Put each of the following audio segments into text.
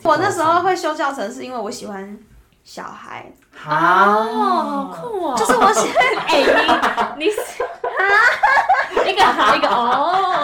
我那时候会修教程是因为我喜欢小孩。 好酷哦！ 就是我喜欢你是一个好一个哦。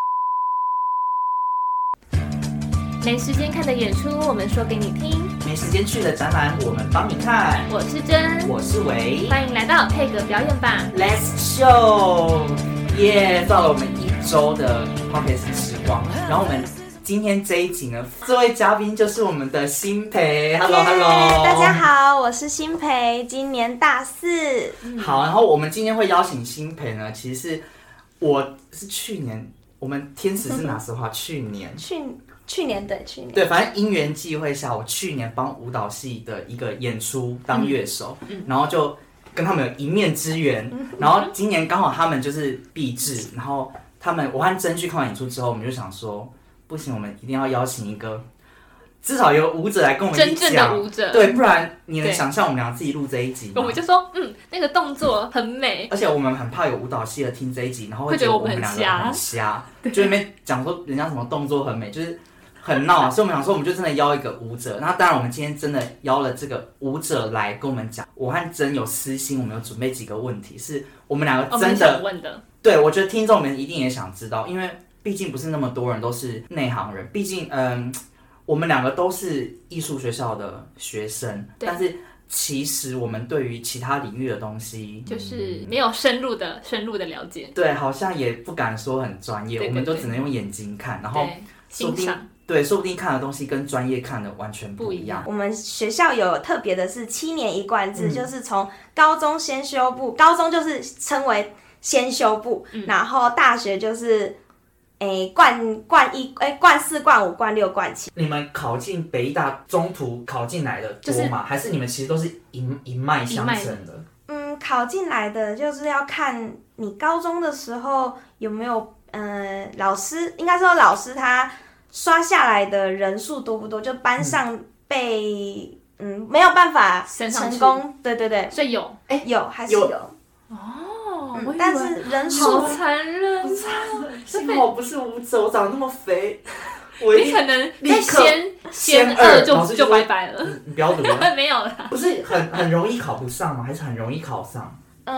没时间看的演出，我们说给你听； 没时间去的展览，我们帮你看。 我是真， 我是维， 欢迎来到配格表演吧 Let's Show！ 耶，到了我们1周的 Podcast 时光，然后我们今天这一集呢，这位嘉宾就是我们的新培。Hello， 大家好，我是新培，今年大4。 好，然后我们今天会邀请新培呢，其实是去年，我们天使是哪时候啊？去年， 去年。 对，反正因缘际会下，我去年帮舞蹈系的一个演出当乐手，然后就跟他们有一面之缘，然后今年刚好他们就是毕制，然后我和真去看完演出之后，我们就想说，不行，我们一定要邀请一个至少有舞者来跟我们一起讲， 真正的舞者， 对，不然你能想象我们俩自己录这一集吗？ 我们就说，那个动作很美， 而且我们很怕有舞蹈系的听这一集，然后会觉得我们两个很瞎，就那边讲说人家什么动作很美，就是很闹，所以我们想说，我们就真的邀一个舞者。那当然，我们今天真的邀了这个舞者来跟我们讲。我和真有私心，我们有准备几个问题，是我们两个真的想问的。 对，我觉得听众们一定也想知道，因为毕竟不是那么多人都是内行人，毕竟我们两个都是艺术学校的学生，但是其实我们对于其他领域的东西， 就是没有深入的了解。 对，好像也不敢说很专业，我们都只能用眼睛看，然后欣赏。 对，说不定看的东西跟专业看的完全不一样。 我们学校有特别的是7年一贯制，就是从高中先修部，高中就是称为先修部，然后大学就是冠4、冠5、冠6、冠7。 你们考进北艺大中途考进来的多吗？还是你们其实都是一脉相承的？ 考进来的就是要看你高中的时候有没有老师，应该说老师他刷下来的人数多不多？就班上被没有办法成功，对， 所以有还是有哦， 但是人数好残忍， 幸好我不是舞者，我长得那么肥， 你可能在先2就拜拜了。 你不要读了， 没有了， 不是很容易考不上吗？还是很容易考上？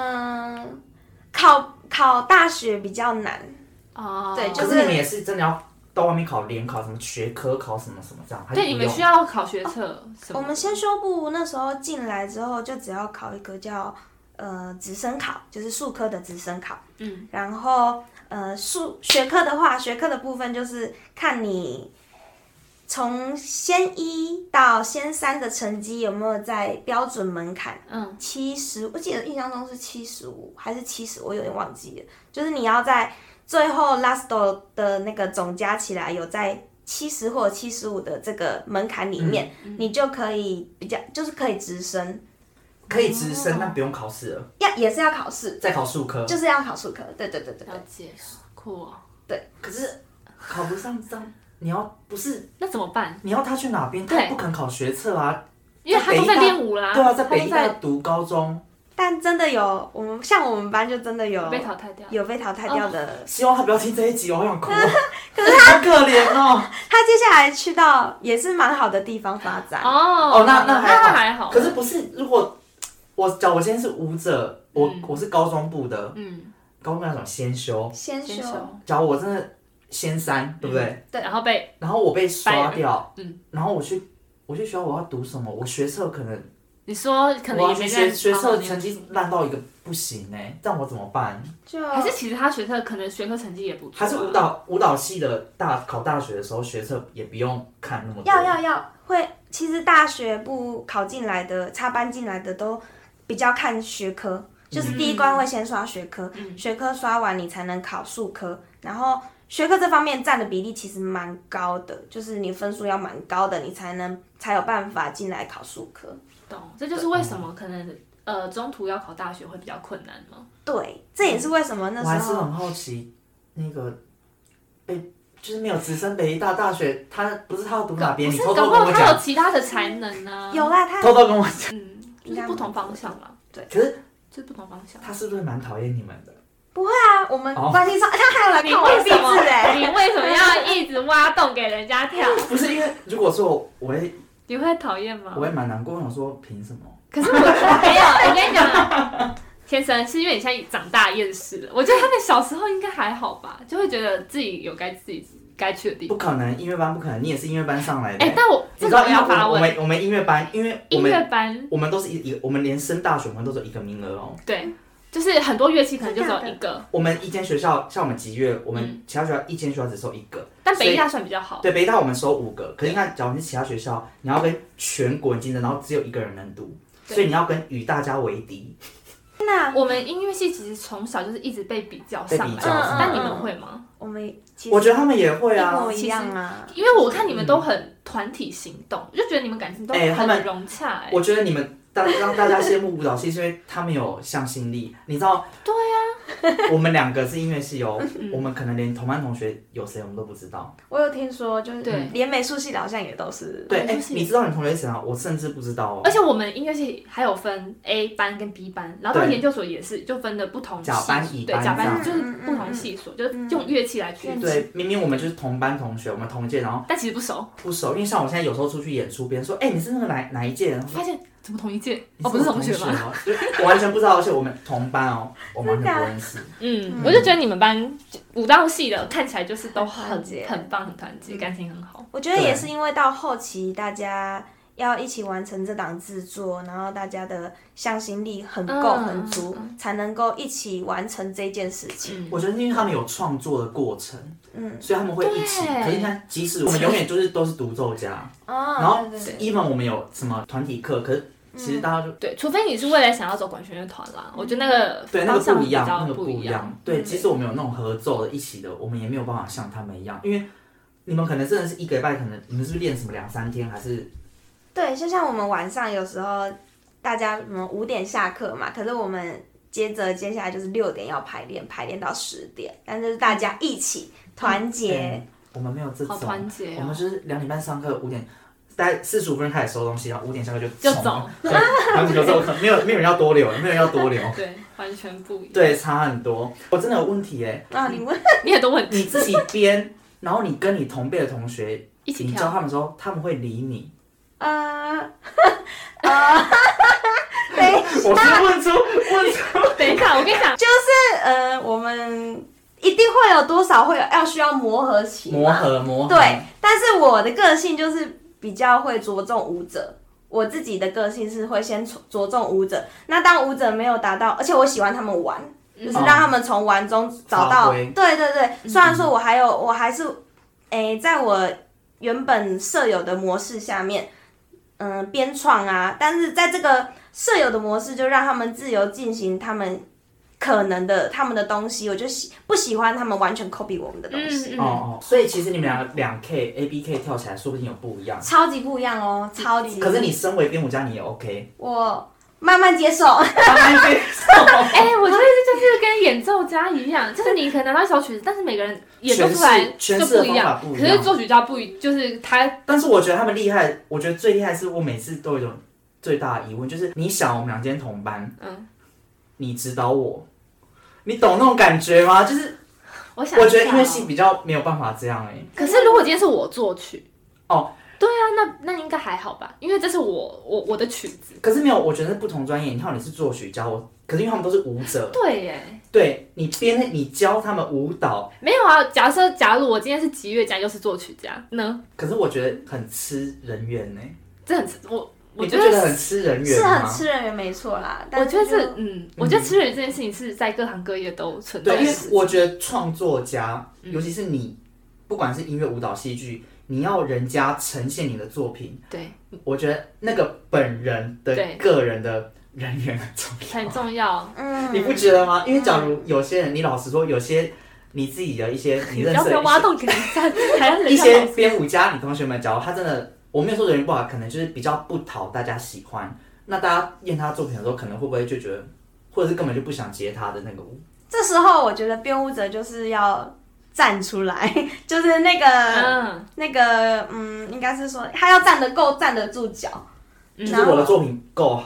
考大学比较难哦， 对， 可是你们也是真的要到外面考联考，什么学科考什么这样？ 对，你们需要考学测。 我们先修部那时候进来之后，就只要考一个叫直升考，就是术科的直升考。然后学科的话，学科的部分就是看你从先1到先3的成绩有没有在标准门槛。70，我记得印象中是75还是70，我有点忘记了。就是你要在最后 last 的那个总加起来有在70或者75的这个门槛里面，你就可以就是可以直升。 可以直升，但不用考试了。 也是要考试， 再考术科， 就是要考术科。对。 了解，酷哦。 对， 可是考不上这样，你要不是那怎么办？ 你要他去哪边？他也不肯考学测啊， 因为他都在练舞啦。 对啊，在北艺大读高中。 但真的有，像我们班就真的有被淘汰掉， 有被淘汰掉的。 希望他不要听这一集，我好想哭。 可是他好可怜哦。 他接下来去到也是蛮好的地方发展。 那还好。 可是不是，如果我今天是舞者，我是高中部的，高中那种先修。假如我真的先3，对不对？ 对， 然后我被刷掉，然后我去学校，我要读什么？我学测可能。 你说可能也没在学测成绩烂到一个不行这样我怎么办？ 还是其实他学测可能学科成绩也不错。 还是舞蹈系的考大学的时候学测也不用看那么多。 要会，其实大学部考进来的插班进来的都比较看学科，就是第一关会先刷学科，学科刷完你才能考术科，然后学科这方面占的比例其实蛮高的，就是你分数要蛮高的，你才有办法进来考术科。 懂，这就是为什么可能中途要考大学会比较困难吗？ 对，这也是为什么那时候。 我还是很好奇，那个就是没有直升北艺大学，他不是他要读哪边？你偷偷跟我讲。 他有其他的才能啊。 有啦，他偷偷跟我讲。 就是不同方向啦。 对， 可是就是不同方向。 他是不是蛮讨厌你们的？ 不会啊，我们关系上，他还有来看我的壁纸哎。 你为什么要一直挖洞给人家跳？ 不是因为如果说你会讨厌吗？ 我会蛮难过，我想说凭什么？ 可是我没有，我跟你讲，天生是因为你现在长大厌世了。我觉得他们小时候应该还好吧，就会觉得自己有自己该去的地方。 不可能，音乐班不可能，你也是音乐班上来的。 但我你知道， 我要发问， 我们音乐班，因为音乐班我们都是我们连升大学我们都是有一个名额哦。 对。就是很多乐器可能就只有一个。 我们一间学校，像我们吉乐，我们其他学校一间学校只收一个。 但北艺大算比较好。 对，北艺大我们收5个，可是你看，假如你是其他学校，你要跟全国竞争，然后只有一个人能读，所以你要与大家为敌。 那我们音乐系其实从小就是一直被比较上来，但你们会吗？ 我觉得他们也会啊， 一模一样啊。 因为我看你们都很团体行动，我就觉得你们感情都很融洽。 我觉得你们让大家羡慕舞蹈系，是因为他们有向心力。你知道？ 对啊， 我们2个是音乐系哦，我们可能连同班同学有谁我们都不知道。 我有听说，就是连美术系的好像也都是。 对，你知道你同学是谁吗？我甚至不知道哦。 而且我们音乐系还有分 A 班跟 B 班，然后到研究所也是就分的不同系。 甲班、乙班， 对，甲班就是不同系所，就是用乐器来区分。 对，明明我们就是同班同学，我们同届，然后但其实不熟。 不熟，因为像我现在有时候出去演出，别人说，你是那个哪一届？ 发现怎么同一届？不是同学吗？ 我完全不知道，而且我们同班哦，我完全不认识。 我就觉得你们班舞蹈系的看起来就是都很棒，很团结，感情很好。 我觉得也是因为到后期大家要一起完成这档制作，然后大家的向心力很够很足，才能够一起完成这件事情。 我觉得因为他们有创作的过程，所以他们会一起。可是你看，即使我们永远都是独奏家，然后 even 我们有什么团体课，可是其实大家就对，除非你是为了想要走管弦乐团啦，我觉得那个不一样，那个不一样。对，即使我们有那种合奏的一起的，我们也没有办法像他们一样，因为你们可能真的是1个礼拜，可能你们是不是练什么2-3天还是？ 对，就像我们晚上有时候大家5点下课嘛，可是我们接下来就是6点要排练到10点，但是大家一起团结。 我们没有这种， 好团结哦。 我们就是2点半上课，5点大概45分开始收东西，然后5点下课就走。 对，然后有时候没有人要多留， 对，完全不一样。 对，差很多。我真的有问题耶。 你问， 你很多问题。 你自己编，然后你跟你同辈的同学一起你教他们的时候，他们会理你。我是问出， 等一下，我跟你讲， 就是我们一定会有多少需要磨合期， 磨合。 对，但是我的个性就是比较会着重舞者，我自己的个性是会先着重舞者。那当舞者没有达到，而且我喜欢他们玩，就是让他们从玩中找到。对，虽然说我还是在我原本设有的模式下面。编创啊，但是在这个设有的模式，就让他们自由进行他们可能的他们的东西。我就不喜欢他们完全 copy 我们的东西。 所以其实你们2K ABK 跳起来，说不定有不一样， 超级不一样哦，超级。 可是你身为编舞家，你也 OK。 我慢慢接受。 我觉得这就是跟演奏家一样，就是你可能拿到一首曲子，但是每个人演奏出来就不一样。可是作曲家就是他。 但是我觉得他们厉害，我觉得最厉害是我每次都有一种最大的疑问，就是你想我们2间同班，你指导我，你懂那种感觉吗？就是我觉得音乐系比较没有办法这样可是如果今天是我作曲，对啊，那应该还好吧，因为这是我的曲子。 可是没有，我觉得是不同专业。你看你是作曲家，可是因为他们都是舞者。 对耶。 对，你教他们舞蹈。 没有啊，假如我今天是吉乐家，又是作曲家呢？ 可是我觉得很吃人缘呢。 这很你不觉得很吃人缘吗？是很吃人缘，没错啦。 我觉得我觉得吃人缘这件事情是在各行各业都存在的。 对，因为我觉得创作家，尤其是你，不管是音乐、舞蹈、戏剧。你要人家呈现你的作品， 对， 我觉得那个本人的个人的人缘很重要， 你不觉得吗？因为假如有些人，你老实说，有些你自己的一些你认识的， 不要挖洞给人家， 一些编舞家，你同学们，假如他真的，我没有说人缘不好，可能就是比较不讨大家喜欢，那大家验他作品的时候，可能会不会就觉得，或者是根本就不想接他的那个舞？ 这时候我觉得编舞者就是要站出来，就是应该是说他要站得住脚， 就是我的作品够好，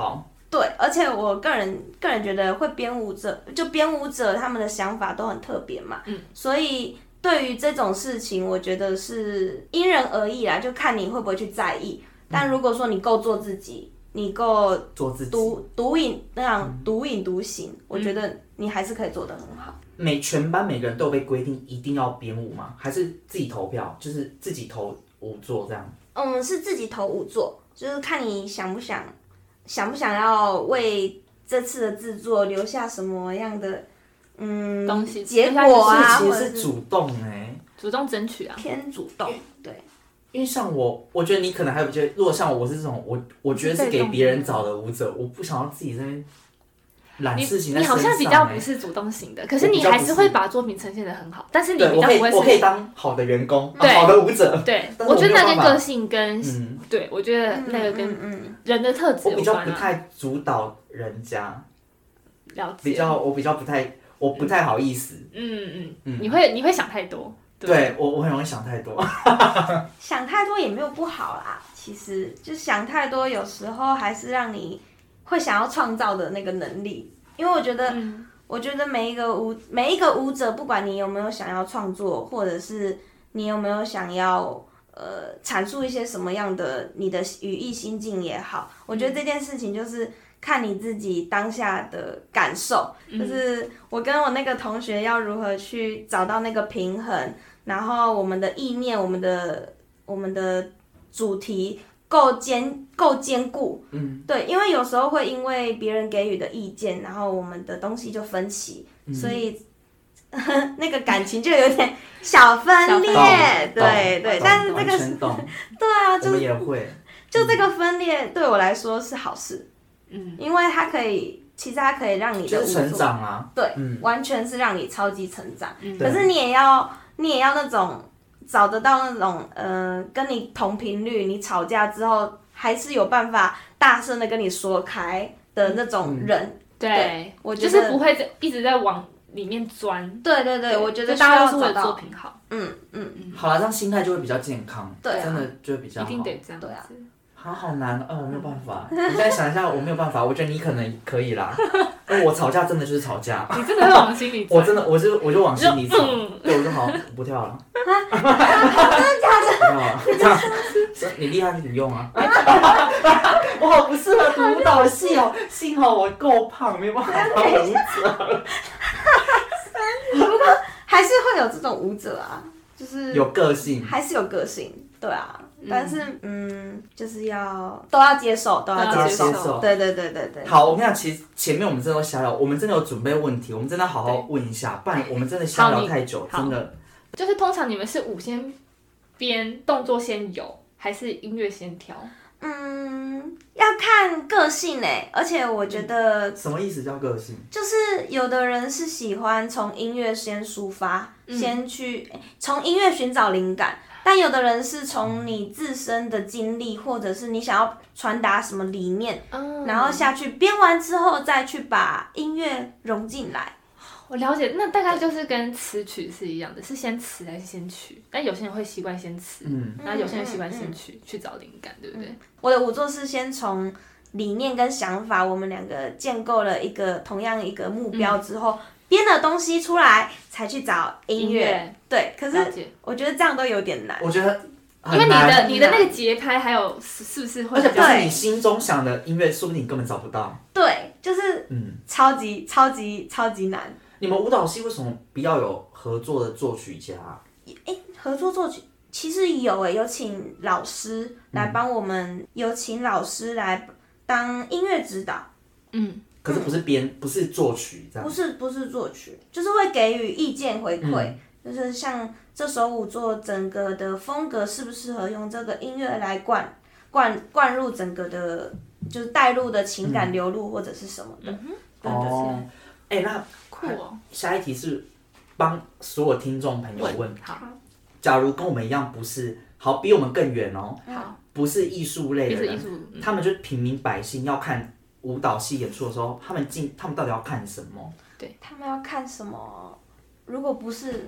对，而且我个人觉得会编舞者，就编舞者他们的想法都很特别嘛，所以对于这种事情，我觉得是因人而异啦，就看你会不会去在意。但如果说你够做自己，你够做自己， 独饮独行，我觉得你还是可以做得很好。 全班每个人都有被规定一定要编舞吗？还是自己投票，就是自己投舞作这样？ 是自己投舞作，就是看你想不想要为这次的制作留下什么样的东西结果啊， 其实是主动主动争取啊， 偏主动，对。 因为像我觉得你可能还有觉得，如果像我是这种，我觉得是给别人找的舞者，我不想要自己在那边揽事情在身上。 你好像比较不是主动型的，可是你还是会把作品呈现得很好，但是你比较不会是。 我可以当好的员工，好的舞者。 对，我觉得那跟个性跟对，我觉得那个跟人的特质有关。 我比较不太主导人家， 了解。 我不太好意思。 你会想太多。 对，我很容易想太多。 想太多也没有不好啦，其实就想太多，有时候还是让你会想要创造的那个能力。因为我觉得每一个舞者，不管你有没有想要创作，或者是你有没有想要阐述一些什么样的你的语义心境也好，我觉得这件事情就是看你自己当下的感受。就是我跟我那个同学要如何去找到那个平衡。然后我们的意念，我们的主题够坚固，对，因为有时候会因为别人给予的意见，然后我们的东西就分歧，所以那个感情就有点小分裂，对，但是这个对啊， 我们也会， 就这个分裂对我来说是好事，因为它可以让你的就是成长啊， 对，完全是让你超级成长，可是你也要那种找得到那种跟你同频率，你吵架之后还是有办法大声的跟你说开的那种人。 对， 我觉得就是不会一直在往里面钻。 对，我觉得大家都是为了作品好。 好了，这样心态就会比较健康， 对， 真的就会比较好。 一定得这样。 对啊。 好难我没有办法。你现在想一下，我没有办法。我觉得你可能可以啦。我吵架真的就是吵架。 你真的会往心里走。 我真的，我就往心里走。对，我就好，不跳了。 真的假的？ 不跳了。这样，你厉害你用啊。我好不适合读舞蹈系哦，幸好我够胖，没有办法当舞者。 不过还是会有这种舞者啊，就是有个性， 还是有个性，对啊。但是就是都要接受，都要接受。对。 好，我跟你讲，其实前面我们真的都瞎聊，我们真的有准备问题，我们真的好好问一下，不然我们真的瞎聊太久，真的。 就是通常你们是舞先编，动作先有，还是音乐先挑？ 要看个性而且我觉得什么意思叫个性？ 就是有的人是喜欢从音乐先抒发，先去从音乐寻找灵感。但有的人是从你自身的经历，或者是你想要传达什么理念，然后下去编完之后，再去把音乐融进来。 我了解，那大概就是跟词曲是一样的，是先词还是先曲？但有些人会习惯先词，然后有些人习惯先曲，去找灵感，对不对？ 我的舞作是先从理念跟想法，我们两个建构了同样一个目标之后。编的东西出来，才去找音乐。对，可是我觉得这样都有点难。 我觉得因为你的那个节拍，还有是不是会？ 就是你心中想的音乐，说不定你根本找不到。 对，就是超级难。 你们舞蹈系为什么不要有合作的作曲家？ 合作作曲其实有请老师来帮我们，有请老师来当音乐指导。 可是不是作曲这样， 不是作曲，就是会给予意见回馈，就是像这首舞作整个的风格适不适合用这个音乐来灌入整个的，就是带入的情感流露或者是什么的。 那酷哦！ 下一题是帮所有听众朋友问， 好， 假如跟我们一样不是比我们更远好， 不是艺术类的人，他们就是平民百姓要看舞蹈系演出的时候，他们到底要看什么？ 对，他们要看什么？如果不是，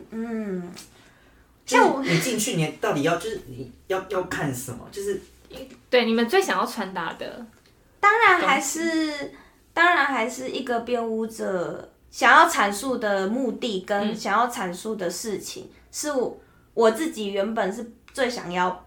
像你进去，你到底就是你要看什么？就是对你们最想要传达的当然还是一个编舞者想要阐述的目的跟想要阐述的事情，是我自己原本是最想要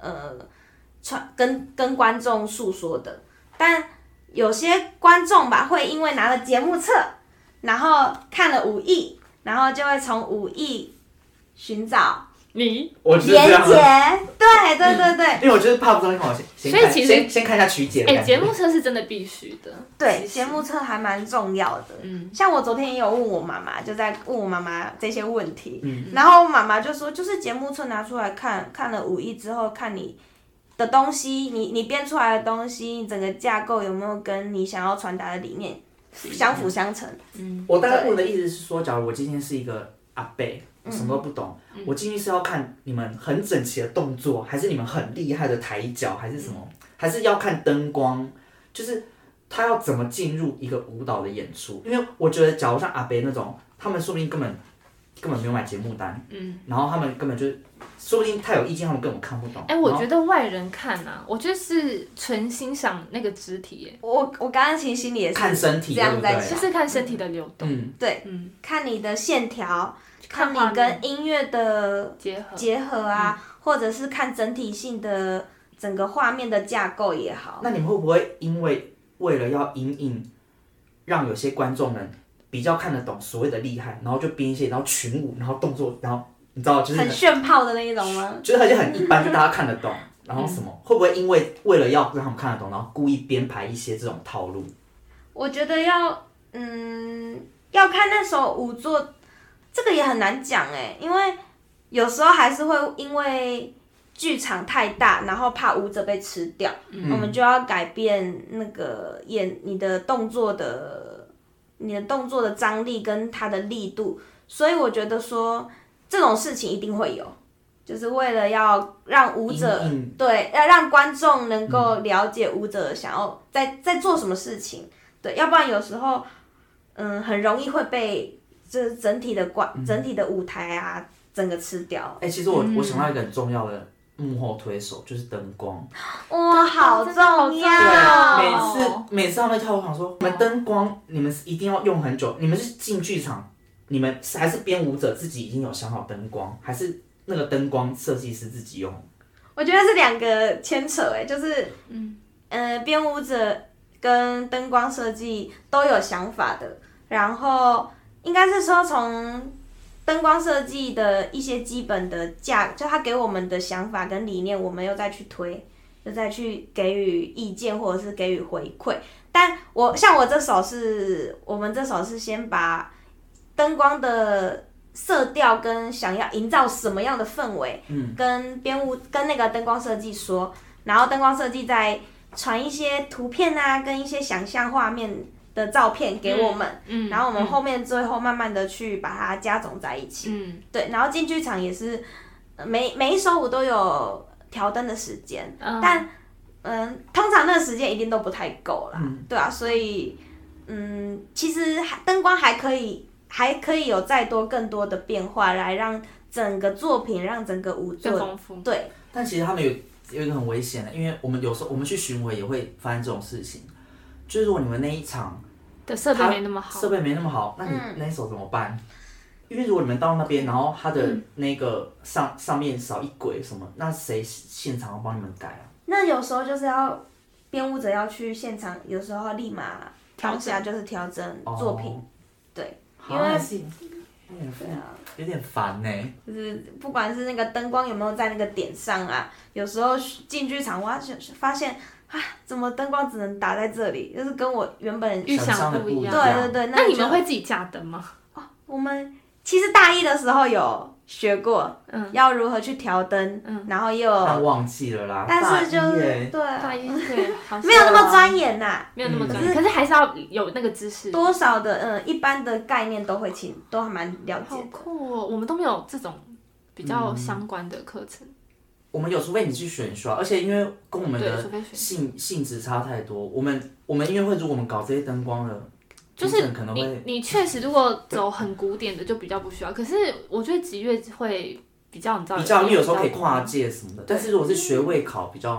跟观众诉说的。但有些观众吧，会因为拿了节目册，然后看了武艺，然后就会从武艺寻找连结。对， 因为我就是怕不知道，我先看一下曲解的感觉。 节目册是真的必须的。 对，节目册还蛮重要的。像我昨天也有问我妈妈，就在问我妈妈这些问题。然后我妈妈就说，就是节目册拿出来看，看了武艺之后，看你的东西，你编出来的东西，整个架构有没有跟你想要传达的理念相辅相成。 我大概问的意思是说，假如我今天是一个阿伯，我什么都不懂，我进去是要看你们很整齐的动作，还是你们很厉害的抬脚，还是什么？还是要看灯光，就是他要怎么进入一个舞蹈的演出？因为我觉得，假如像阿伯那种，他们说不定根本没有买节目单，然后他们根本就，说不定太有意见，他们根本看不懂。 我觉得外人看啊，我觉得是纯欣赏那个肢体耶。 我刚刚其实心里也是看身体， 这样在想， 就是看身体的流动。 对，看你的线条，看你跟音乐的结合啊，或者是看整体性的整个画面的架构也好。 那你们会不会为了要因应，让有些观众们比较看得懂所谓的厉害，然后就编一些，然后群舞，然后动作，然后你知道就是很炫炮的那一种吗？ 就是而且很一般，就大家看得懂。然后什么？会不会因为了要让他们看得懂，然后故意编排一些这种套路？ 我觉得要看那首舞作，这个也很难讲因为有时候还是会因为剧场太大，然后怕舞者被吃掉，我们就要改变那个你的动作的张力跟它的力度，所以我觉得说这种事情一定会有，就是为了要让舞者对，要让观众能够了解舞者想要在做什么事情，对，要不然有时候很容易会被这整体的舞台啊整个吃掉。 其实我想到一个很重要的幕后推手，就是灯光。 哇，好重要！ 对，每次他们跳，我想说，你们灯光，你们一定要用很久。你们是进剧场，你们还是编舞者自己已经有想好灯光，还是那个灯光设计师自己用？ 我觉得是两个牵扯就是编舞者跟灯光设计都有想法的，然后应该是说从灯光设计的一些基本的就他给我们的想法跟理念，我们又再去推，又再去给予意见或者是给予回馈。但像我们这首是先把灯光的色调跟想要营造什么样的氛围，跟跟那个灯光设计说，然后灯光设计再传一些图片啊，跟一些想象画面的照片给我们，然后我们后面最后慢慢的去把它加总在一起，对，然后进剧场也是每一首舞都有调灯的时间，但通常那个时间一定都不太够啦，对啊，所以其实灯光还可以有再多更多的变化，来让整个作品让整个舞作更丰富， 对。 但其实他们有一个很危险的，因为我们有时候我们去巡回也会发生这种事情，就是如果你们那一场的设备没那么好， 那你那一首怎么办？因为如果你们到那边，然后他的那个上面少一轨什么，那谁现场要帮你们改啊？ 那有时候就是要编舞者要去现场，有时候立马当下就是调整作品，对，因为有点烦呢。 就是不管是那个灯光有没有在那个点上啊，有时候进剧场我发现。怎么灯光只能打在这里？就是跟我原本预想不一样。 对， 那你们会自己架灯吗？ 我们其实大一的时候有学过，要如何去调灯，然后但忘记了啦。 但是就是大一对， 没有那么钻研呐， 没有那么钻研，可是还是要有那个知识， 多少的一般的概念都还蛮了解的。 好酷哦，我们都没有这种比较相关的课程。 我们有，除非你去选修，而且因为跟我们的性质差太多，我们音乐会如果我们搞这些灯光的， 就是可能会你确实如果走很古典的就比较不需要，可是我觉得吉乐会比较你知道， 因为有时候可以跨界什么的，但是如果是学位考比较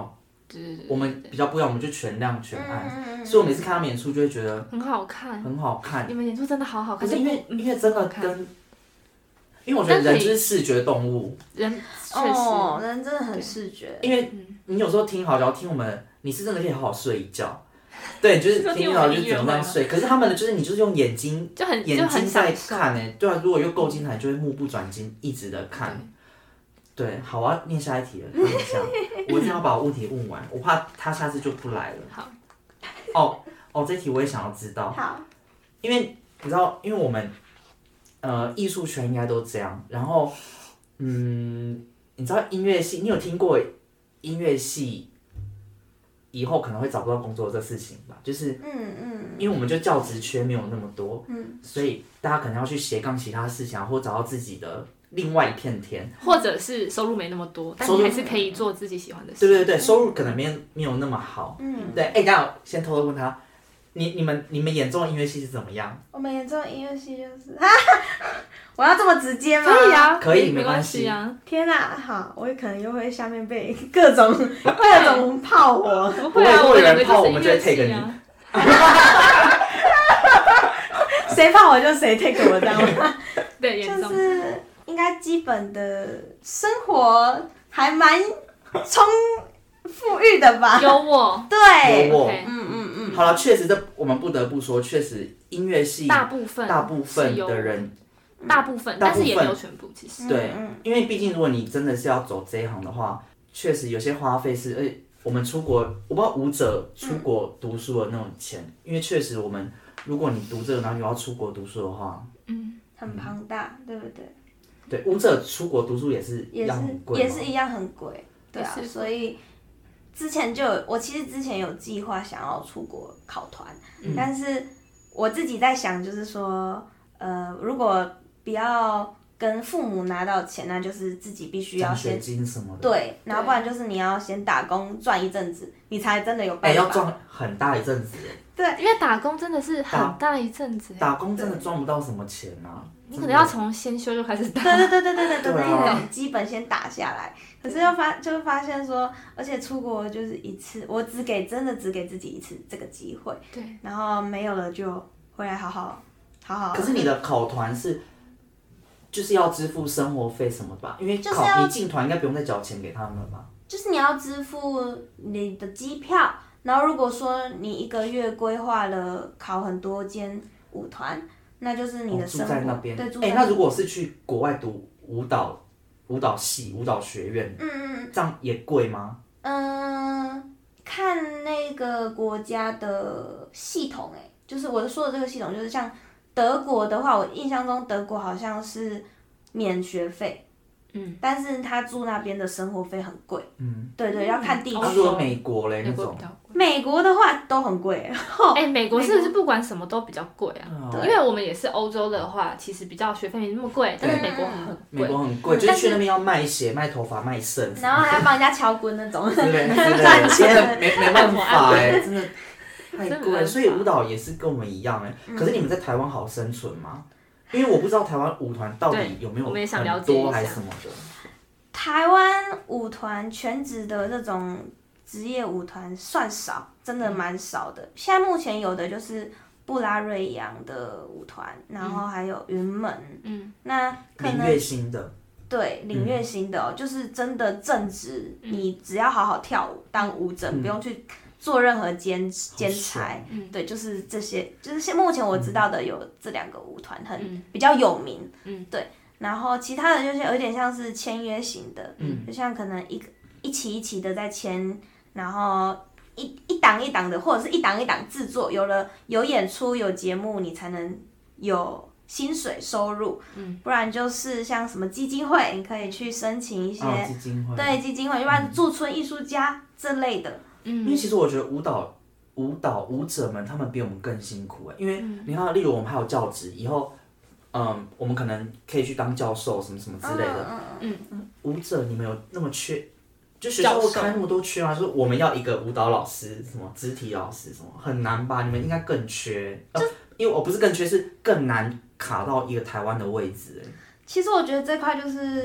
我们比较不一样，我们就全亮全暗，所以我每次看他们演出就会觉得很好看， 很好看。 你们演出真的好好看， 可是因为真的因为我觉得人就是视觉动物， 人确实， 人真的很视觉。 因为你有时候听好，然后听我们，你是真的可以好好睡一觉。对，就是听好就怎么样睡。可是他们的就是你就是用眼睛在看对啊，如果又够精彩，就会目不转睛一直的看。对，好，我要念下一题了，看一下，我一定要把问题问完，我怕他下次就不来了。 好。 这题我也想要知道。 好。 因为你知道，因为我们艺术圈应该都这样，然后你知道音乐系，你有听过音乐系以后可能会找不到工作这事情吧？就是因为我们就教职缺没有那么多，所以大家可能要去斜杠其他事情，或找到自己的另外一片天， 或者是收入没那么多，但你还是可以做自己喜欢的事。 对，收入可能没有那么好。对，等一下先偷偷问他，你们演奏的音乐系是怎么样？ 我们演奏的音乐系就是我要这么直接吗？ 可以啊， 可以， 没关系啊。 天哪，好，我可能又会下面被各种炮火。 不会啊， 如果有人炮我们就会 take 你。 谁炮我就谁 take 我，这样吗？ 对， 就是应该基本的生活还蛮富裕的吧？ 有我。 对。 有我。好了，确实这我们不得不说，确实音乐系大部分的人。 大部分，但是也没有全部，其实。 对，因为毕竟如果你真的是要走这一行的话，确实有些花费是，而且我们出国，我不知道舞者出国读书的那种钱，因为确实我们如果你读这个，然后你要出国读书的话， 很庞大，对不对？ 对，舞者出国读书也是一样很贵， 也是一样很贵，对啊，所以我其实之前有计划想要出国考团，但是我自己在想，就是说，如果不要跟父母拿到钱，那就是自己必须要先奖学金什么的。 对，然后不然就是你要先打工赚一阵子，你才真的有办法。 要赚很大一阵子。 对， 因为打工真的是很大一阵子。 打工真的赚不到什么钱啊！ 你可能要从先修就开始打。 对，那种基本先打下来。可是就会发现说，而且出国就是一次，我真的只给自己一次这个机会。 对。 然后没有了就回来好好。 可是你的考团就是要支付生活费什么吧？因为你进团应该不用再缴钱给他们了吧？ 就是你要支付你的机票，然后如果说你一个月规划了考很多间舞团，那就是你的生活。 住在那边。 对， 那如果是去国外读舞蹈系、舞蹈学院，这样也贵吗？ 看那个国家的系统，就是我说的这个系统，就是像德国的话，我印象中德国好像是免学费，但是他住那边的生活费很贵，对，要看地区。 他说美国嘞那种， 美国的话都很贵。 美国是不是不管什么都比较贵啊？因为我们也是欧洲的话，其实比较学费没那么贵，但是美国很贵。 美国很贵，就是去那边要卖血、卖头发、卖肾， 然后还要帮人家敲棍那种， 真的没办法真的。太贵，所以舞蹈也是跟我们一样可是你们在台湾好生存吗？因为我不知道台湾舞团到底有没有很多还是什么的。 台湾舞团全职的那种职业舞团算少，真的蛮少的。现在目前有的就是布拉瑞扬的舞团，然后还有云门，那可能领月薪的。 对，领月薪的就是真的正职，你只要好好跳舞当舞者，不用去做任何兼差，对，就是这些，就是目前我知道的有这2个舞团比较有名，对，然后其他的就是有点像是签约型的，就像可能一期的在签，然后一档一档的，或者是一档一档制作，有演出有节目，你才能有薪水收入，不然就是像什么基金会，你可以去申请一些基金会， 对，基金会，一般驻村艺术家这类的。 因为其实我觉得舞者们他们比我们更辛苦因为你看，例如我们还有教职，以后我们可能可以去当教授什么什么之类的。舞者你们有那么缺？就学校会开那么多缺吗？就是我们要一个舞蹈老师，什么肢体老师，什么很难吧？你们应该更缺。因为我不是更缺，是更难卡到一个台湾的位置。 其实我觉得这块就是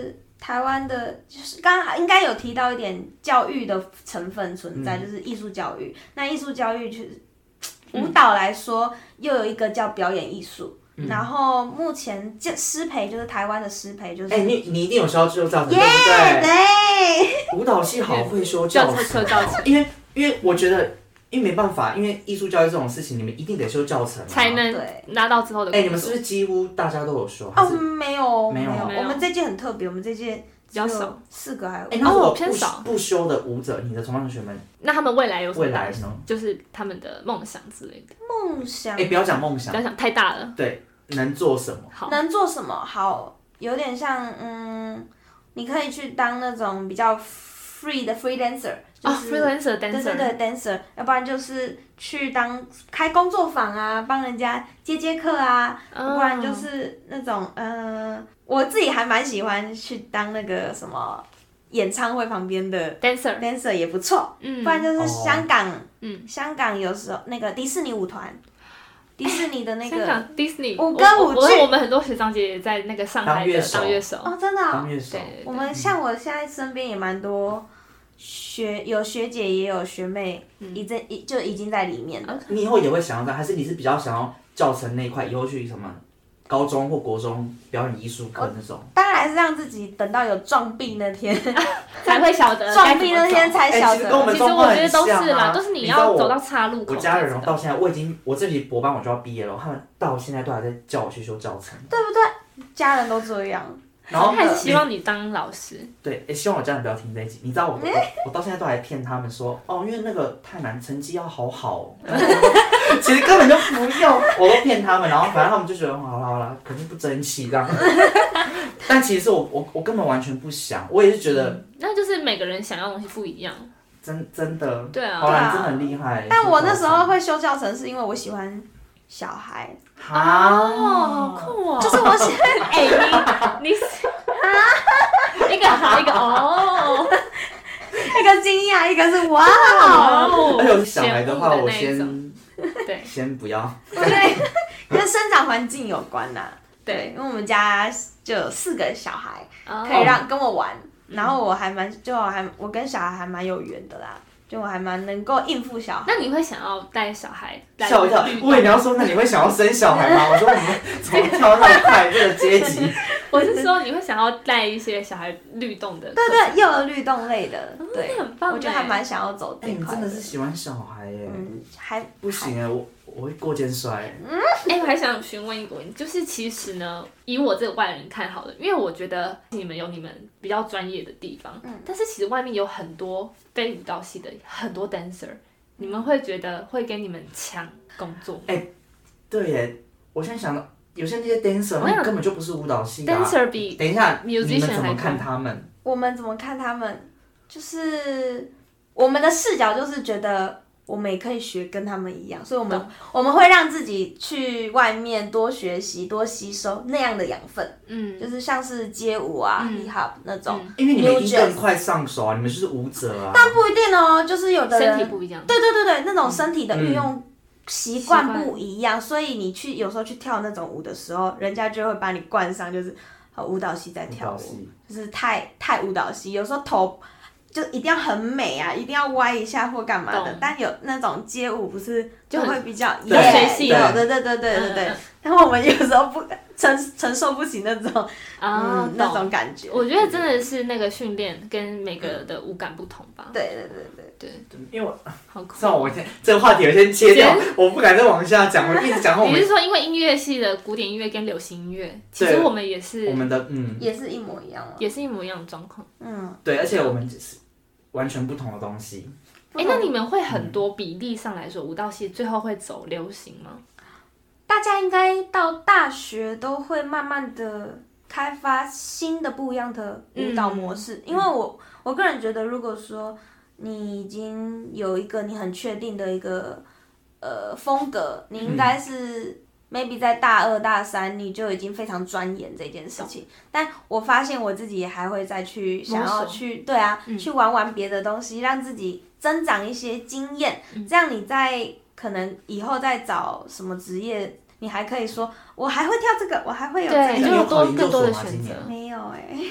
台湾的，就是刚刚应该有提到一点教育的成分存在，就是艺术教育。那艺术教育就是舞蹈来说，又有一个叫表演艺术。然后目前师培就是台湾的师培就是， 你一定有修教程，对不对？ 对。舞蹈系好会修教程，因为我觉得。因为没办法，因为艺术教育这种事情，你们一定得修教程才能拿到之后的。 你们是不是几乎大家都有修？ 没有，我们这届很特别，我们这届比较少 ，4个还有。 那我偏少不修的舞者，你的同学们， 那他们未来有什么？ 未来呢？ 就是他们的梦想之类的。 梦想？ 不要讲梦想， 不要讲太大了。 对，能做什么？ 好， 能做什么？好，有点像你可以去当那种比较 free 的 freelancer。 freelancer dancer， 对 dancer， 要不然就是去开工作坊啊，帮人家接课啊，不然就是那种我自己还蛮喜欢去当那个什么演唱会旁边的 dancer 也不错，不然就是香港有时候那个迪士尼舞团。迪士尼的那个香港 Disney 舞歌舞剧， 我们很多学长姐也在那个上海的当乐手哦，真的当乐手。 我们像我现在身边也蛮多。有学姐也有学妹，就已经在里面了。 你以后也会想要这样，还是你是比较想要教程那一块，以后去什么高中或国中表演艺术课那种？ 当然还是让自己等到有撞壁那天才会晓得， 撞壁那天才晓得。 其实我觉得都是啦，都是你要走到岔路口。 我家人到现在，我这期博班我就要毕业了，他们到现在都还在叫我去修教程， 对不对？家人都这样。 然后还是希望你当老师。 对，希望我家人不要听这一集。你知道我到现在都还骗他们说，因为那个太难，成绩要好好。其实根本就不用，我都骗他们，然后反正他们就觉得好啦，肯定不争气这样。但其实我根本完全不想，我也是觉得， 那就是每个人想要的东西不一样。 真的。 对啊。 好啦，真的很厉害。 但我那时候会修教程，是因为我喜欢小孩。 好酷哦！ 就是我喜欢， 你是一个好一个哦， 一个惊讶，一个是哇哦。而且小孩的话，我先不要。 对，跟生长环境有关啦。对，因为我们家就有4个小孩，可以跟我玩，然后我跟小孩还蛮有缘的啦。就我还蛮能够应付小孩。 那你会想要带小孩？ 吓我一跳！我以为你要说，那你会想要生小孩吗？我说我们怎么跳那么快这个阶级？ 我是说你会想要带一些小孩律动的。 对，幼儿律动类的，对， 很棒。 我觉得还蛮想要走这一块。 你真的是喜欢小孩耶？ 还不行哎，我会过肩摔。 我还想询问一个问题，就是其实呢，以我这个外人看好的，因为我觉得你们有你们比较专业的地方，但是其实外面有很多非舞蹈系的很多 dancer， 你们会觉得会跟你们抢工作？ 对耶，我现在想到有些那些 dancer， 他们根本就不是舞蹈系的。 dancer 比等一下， musician 你们怎么看他们？ 我们怎么看他们？就是我们的视角就是觉得。我们也可以学跟他们一样，所以我们会让自己去外面多学习、多吸收那样的养分。就是像是街舞啊、hip hop 那种。 因为你们一定更快上手啊，你们就是舞者啊。 但不一定哦，就是有的人身体不一样。 对，那种身体的运用习惯不一样，所以你有时候去跳那种舞的时候，人家就会把你冠上就是舞蹈系在跳舞，就是太舞蹈系，有时候头。就一定要很美啊，一定要歪一下或干嘛的。但有那种街舞不是就会比较随性的，对。但我们有时候不承受不起那种那种感觉。 我觉得真的是那个训练跟每个的舞感不同吧。 对。 因为好酷。 算了，我这个话题我先切掉，我不敢再往下讲，我一直讲后面。 你是说因为音乐系的古典音乐跟流行音乐，其实我们也是我们的也是一模一样， 也是一模一样的状况。 对，而且我们只是完全不同的东西。 那你们会很多比例上来说，舞蹈系最后会走流行吗？ 大家应该到大学都会慢慢的开发新的不一样的舞蹈模式，因为我个人觉得，如果说你已经有一个你很确定的一个风格，你应该是maybe 在大2、大3你就已经非常钻研这件事情。但我发现我自己也还会再去想要去去玩别的东西，让自己增长一些经验，这样你在可能以后再找什么职业，你还可以说我还会跳这个，我还会有这个， 对，就有更多的选择。 没有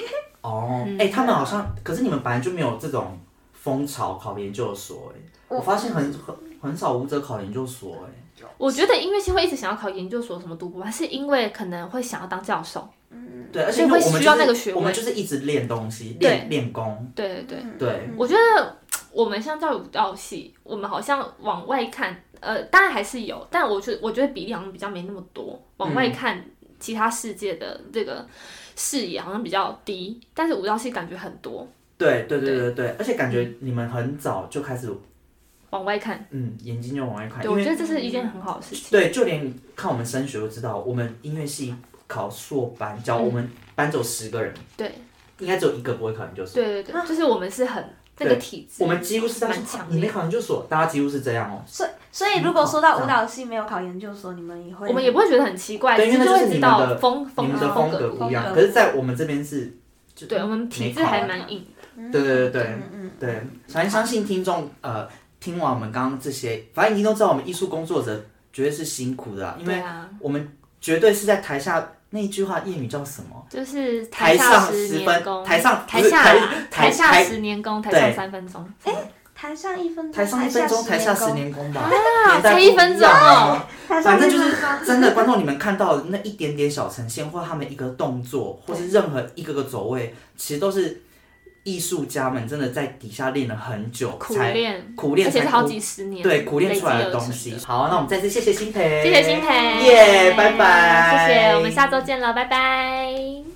哦，他们好像，可是你们本来就没有这种风潮考研究所我发现很少舞者考研究所我觉得音乐系会一直想要考研究所什么读博班，是因为可能会想要当教授。 对，而且会需要那个学位， 我们就是一直练东西，练功。 对， 我觉得我们相较于舞蹈系，我们好像往外看，当然还是有，但我觉得比例好像比较没那么多。往外看其他世界的这个视野好像比较低，但是舞蹈系感觉很多。 对，而且感觉你们很早就开始往外看， 眼睛就往外看。 对，我觉得这是一件很好的事情。 对，就连看我们升学都知道，我们音乐系考硕班，假如我们班只有10个人， 对， 应该只有1个不会考研究所。 对，就是我们是很那个体质， 我们几乎是蛮强。你没考研究所，大家几乎是这样哦。 所以如果说到舞蹈系没有考研究所，你们也会， 我们也不会觉得很奇怪， 对，因为那就是你们的你们的风格不一样。可是，在我们这边是， 对，我们体质还蛮硬。 对，反正相信听众听完我们刚刚这些，反正你都知道，我们艺术工作者绝对是辛苦的因为我们绝对是在台下。那一句话谚语叫什么？ 就是台上 10年功， 台下 10年功，台上3分钟。 台上1分钟， 台上1分钟，台下10年功吧。 才1分钟哦。 反正就是真的，观众你们看到的那一点点小呈现，或他们一个动作，或是任何一个走位，其实都是艺术家们真的在底下练了很久，苦练， 而且是好几十年， 对，苦练出来的东西。好，那我们再次谢谢欣培， 谢谢欣培， 耶，拜拜， 谢谢，我们下周见了，拜拜。